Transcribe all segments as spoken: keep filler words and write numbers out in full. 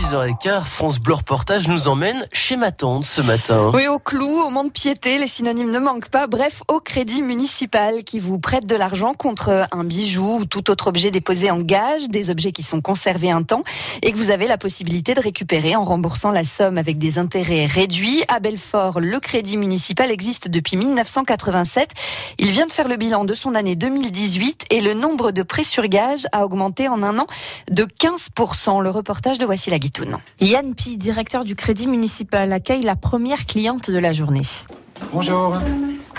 six heures quinze, France Bleu Reportage nous emmène chez ma tante ce matin. Oui, au Clou, au Mont-de-Piété, les synonymes ne manquent pas. Bref, au Crédit Municipal qui vous prête de l'argent contre un bijou ou tout autre objet déposé en gage, des objets qui sont conservés un temps et que vous avez la possibilité de récupérer en remboursant la somme avec des intérêts réduits. À Belfort, le Crédit Municipal existe depuis mille neuf cent quatre-vingt-sept. Il vient de faire le bilan de son année deux mille dix-huit et le nombre de prêts sur gage a augmenté en un an de quinze pour cent. Le reportage de Voici la Guitoune. Yann Pi, directeur du Crédit Municipal, accueille la première cliente de la journée. Bonjour. On va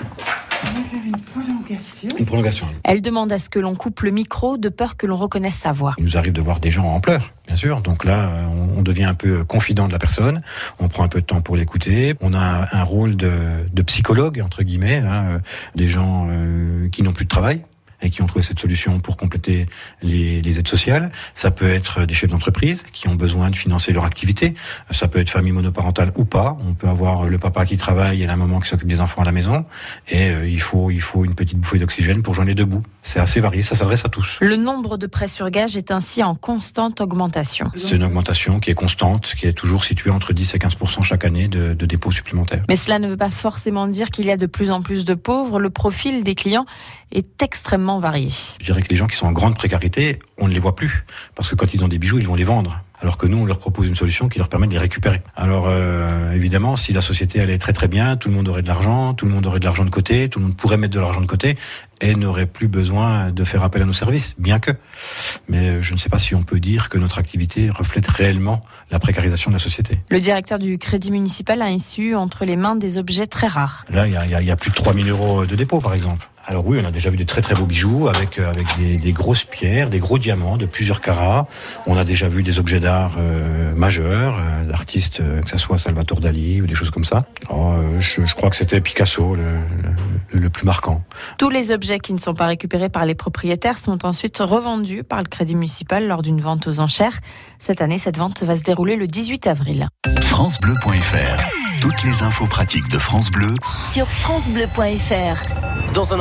faire une prolongation. Une prolongation. Elle demande à ce que l'on coupe le micro de peur que l'on reconnaisse sa voix. Il nous arrive de voir des gens en pleurs, bien sûr. Donc là, on devient un peu confident de la personne. On prend un peu de temps pour l'écouter. On a un rôle de, de psychologue, entre guillemets, hein, des gens euh, qui n'ont plus de travail et qui ont trouvé cette solution pour compléter les, les aides sociales. Ça peut être des chefs d'entreprise qui ont besoin de financer leur activité. Ça peut être famille monoparentale ou pas. On peut avoir le papa qui travaille et la maman qui s'occupe des enfants à la maison. Et euh, il faut il faut une petite bouffée d'oxygène pour joindre les deux bouts. C'est assez varié, ça s'adresse à tous. Le nombre de prêts sur gage est ainsi en constante augmentation. C'est une augmentation qui est constante, qui est toujours située entre dix et quinze pour cent chaque année de, de dépôts supplémentaires. Mais cela ne veut pas forcément dire qu'il y a de plus en plus de pauvres. Le profil des clients est extrêmement varié. Je dirais que les gens qui sont en grande précarité, on ne les voit plus. Parce que quand ils ont des bijoux, ils vont les vendre. Alors que nous, on leur propose une solution qui leur permet de les récupérer. Alors euh, évidemment, si la société allait très très bien, tout le monde aurait de l'argent, tout le monde aurait de l'argent de côté, tout le monde pourrait mettre de l'argent de côté et n'aurait plus besoin de faire appel à nos services, bien que. Mais je ne sais pas si on peut dire que notre activité reflète réellement la précarisation de la société. Le directeur du Crédit Municipal a issu entre les mains des objets très rares. Là, il y a, il y a, il y a plus de trois mille euros de dépôt, par exemple. Alors oui, on a déjà vu de très très beaux bijoux avec avec des, des grosses pierres, des gros diamants de plusieurs carats. On a déjà vu des objets d'art euh, majeurs, euh, d'artistes, euh, que ce soit Salvatore Dali ou des choses comme ça. Oh, euh, je, je crois que c'était Picasso le, le, le plus marquant. Tous les objets qui ne sont pas récupérés par les propriétaires sont ensuite revendus par le Crédit Municipal lors d'une vente aux enchères. Cette année, cette vente va se dérouler le dix-huit avril. francebleu point fr. Toutes les infos pratiques de France Bleu sur francebleu point fr. Dans un